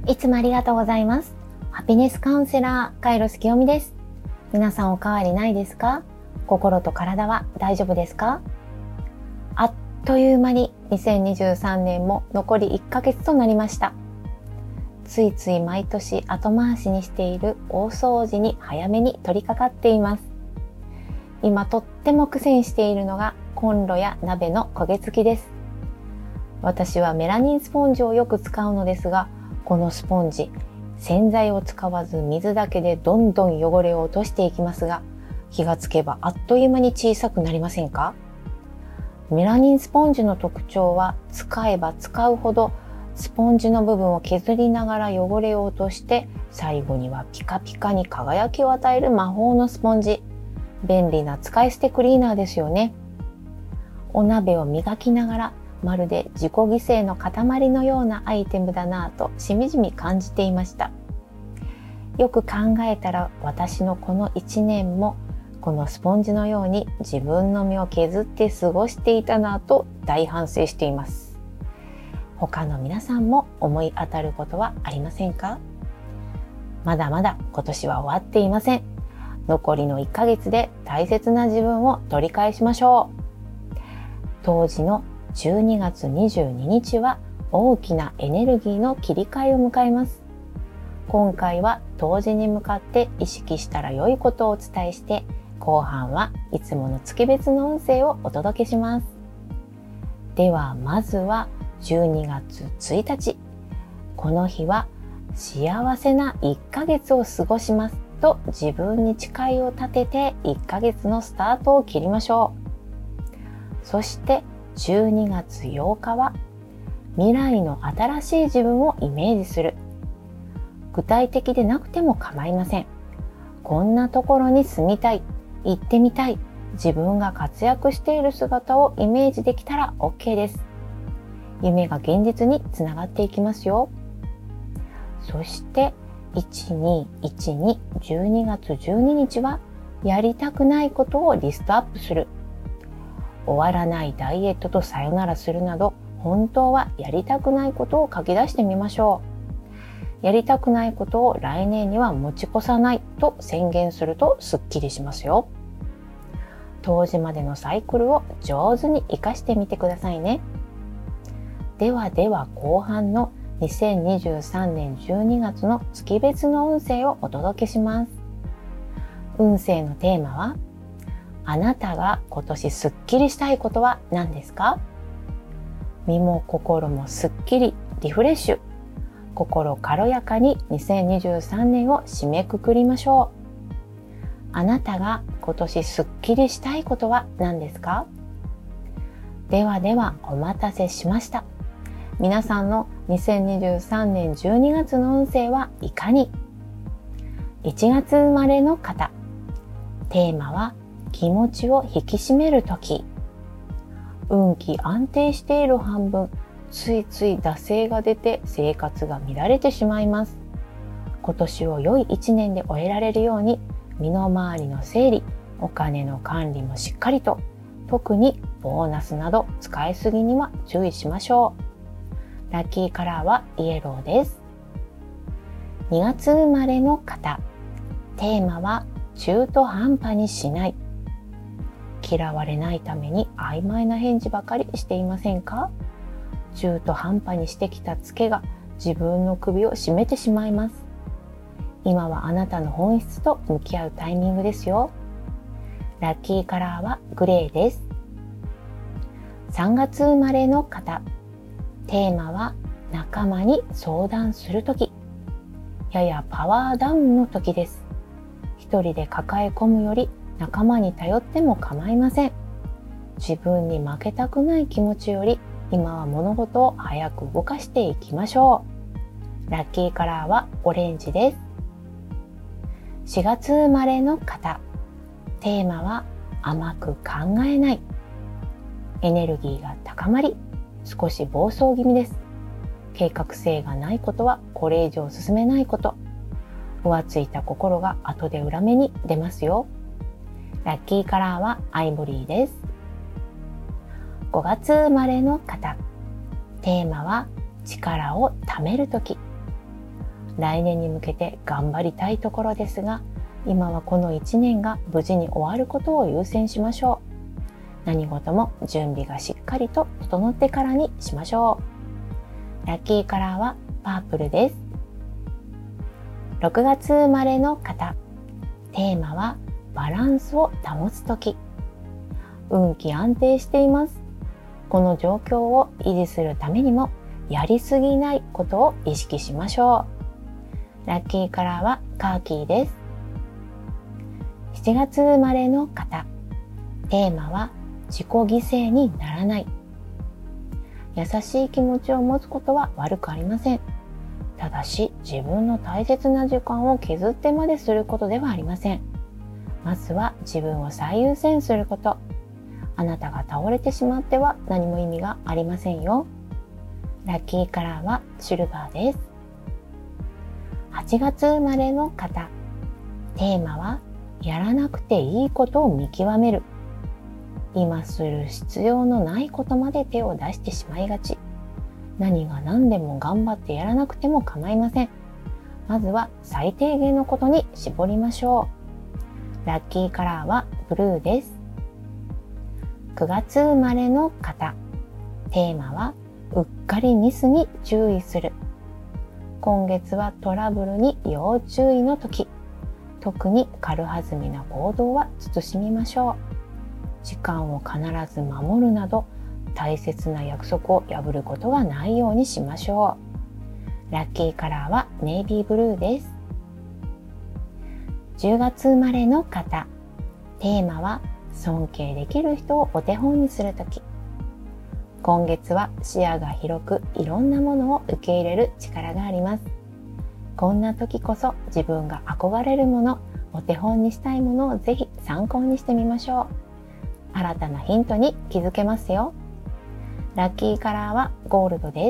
いつもありがとうございます。ハピネスカウンセラー、カイロス・キヨミです。皆さんお変わりないですか？心と体は大丈夫ですか？あっという間に2023年も残り1ヶ月となりました。ついつい毎年後回しにしている大掃除に早めに取り掛かっています。今とっても苦戦しているのがコンロや鍋の焦げ付きです。私はメラニンスポンジをよく使うのですが、このスポンジ、洗剤を使わず水だけでどんどん汚れを落としていきますが、気がつけばあっという間に小さくなりませんか？メラニンスポンジの特徴は、使えば使うほどスポンジの部分を削りながら汚れを落として、最後にはピカピカに輝きを与える魔法のスポンジ。便利な使い捨てクリーナーですよね。お鍋を磨きながら、まるで自己犠牲の塊のようなアイテムだなぁとしみじみ感じていました。よく考えたら、私のこの1年もこのスポンジのように自分の身を削って過ごしていたなぁと大反省しています。他の皆さんも思い当たることはありませんか？まだまだ今年は終わっていません。残りの1ヶ月で大切な自分を取り返しましょう。当時の12月22日は大きなエネルギーの切り替えを迎えます。今回は冬至に向かって意識したら良いことをお伝えして、後半はいつもの月別の運勢をお届けします。ではまずは12月1日。この日は幸せな1ヶ月を過ごしますと自分に誓いを立てて1ヶ月のスタートを切りましょう。そして12月8日は未来の新しい自分をイメージする。具体的でなくても構いません。こんなところに住みたい、行ってみたい、自分が活躍している姿をイメージできたら OK です。夢が現実につながっていきますよ。そして1212 12月12日はやりたくないことをリストアップする。終わらないダイエットとさよならするなど、本当はやりたくないことを書き出してみましょう。やりたくないことを来年には持ち越さないと宣言するとすっきりしますよ。冬至までのサイクルを上手に活かしてみてくださいね。では後半の2023年12月の月別の運勢をお届けします。運勢のテーマは、あなたが今年すっきりしたいことは何ですか？身も心もすっきりリフレッシュ。心軽やかに2023年を締めくくりましょう。あなたが今年すっきりしたいことは何ですか？ではお待たせしました。皆さんの2023年12月の運勢はいかに？1月生まれの方。テーマは気持ちを引き締めるとき。運気安定している半分、ついつい惰性が出て生活が乱れてしまいます。今年を良い1年で終えられるように、身の回りの整理、お金の管理もしっかりと、特にボーナスなど使いすぎには注意しましょう。ラッキーカラーはイエローです。2月生まれの方。テーマは中途半端にしない。嫌われないために曖昧な返事ばかりしていませんか？中途半端にしてきたツケが自分の首を絞めてしまいます。今はあなたの本質と向き合うタイミングですよ。ラッキーカラーはグレーです。3月生まれの方。テーマは仲間に相談するとき。ややパワーダウンの時です。一人で抱え込むより仲間に頼っても構いません。自分に負けたくない気持ちより、今は物事を早く動かしていきましょう。ラッキーカラーはオレンジです。4月生まれの方。テーマは甘く考えない。エネルギーが高まり、少し暴走気味です。計画性がないことはこれ以上進めないこと。浮ついた心が後で裏目に出ますよ。ラッキーカラーはアイボリーです。5月生まれの方。テーマは力を貯めるとき。 来年に向けて頑張りたいところですが、今はこの1年が無事に終わることを優先しましょう。何事も準備がしっかりと整ってからにしましょう。ラッキーカラーはパープルです。6月生まれの方、テーマはバランスを保つとき。運気安定しています。この状況を維持するためにもやりすぎないことを意識しましょう。ラッキーカラーはカーキーです。7月生まれの方、テーマは自己犠牲にならない。優しい気持ちを持つことは悪くありません。ただし自分の大切な時間を削ってまですることではありません。まずは自分を最優先すること。あなたが倒れてしまっては何も意味がありませんよ。ラッキーカラーはシルバーです。8月生まれの方、テーマはやらなくていいことを見極める。今する必要のないことまで手を出してしまいがち。何が何でも頑張ってやらなくても構いません。まずは最低限のことに絞りましょう。ラッキーカラーはブルーです。9月生まれの方、テーマはうっかりミスに注意する。今月はトラブルに要注意の時。特に軽はずみな行動は慎みましょう。時間を必ず守るなど大切な約束を破ることはないようにしましょう。ラッキーカラーはネイビーブルーです。10月生まれの方、テーマは尊敬できる人をお手本にするとき。今月は視野が広くいろんなものを受け入れる力があります。こんな時こそ自分が憧れるもの、お手本にしたいものをぜひ参考にしてみましょう。新たなヒントに気づけますよ。ラッキーカラーはゴールドです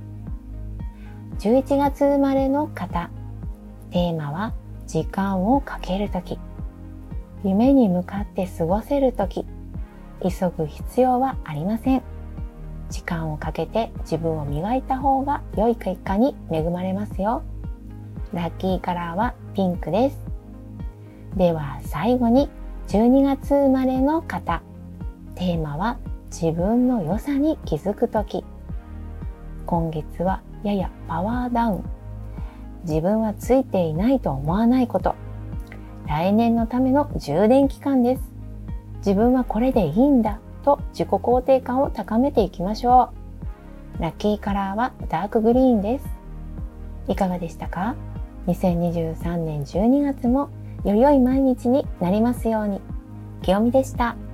。11月生まれの方、テーマは時間をかけるとき。夢に向かって過ごせるとき、急ぐ必要はありません。時間をかけて自分を磨いた方が良い結果に恵まれますよ。ラッキーカラーはピンクです。では最後に12月生まれの方、テーマは自分の良さに気づくとき。今月はややパワーダウン。自分はついていないと思わないこと。来年のための充電期間です。自分はこれでいいんだと自己肯定感を高めていきましょう。ラッキーカラーはダークグリーンです。いかがでしたか？2023年12月もより良い毎日になりますように。きよみでした。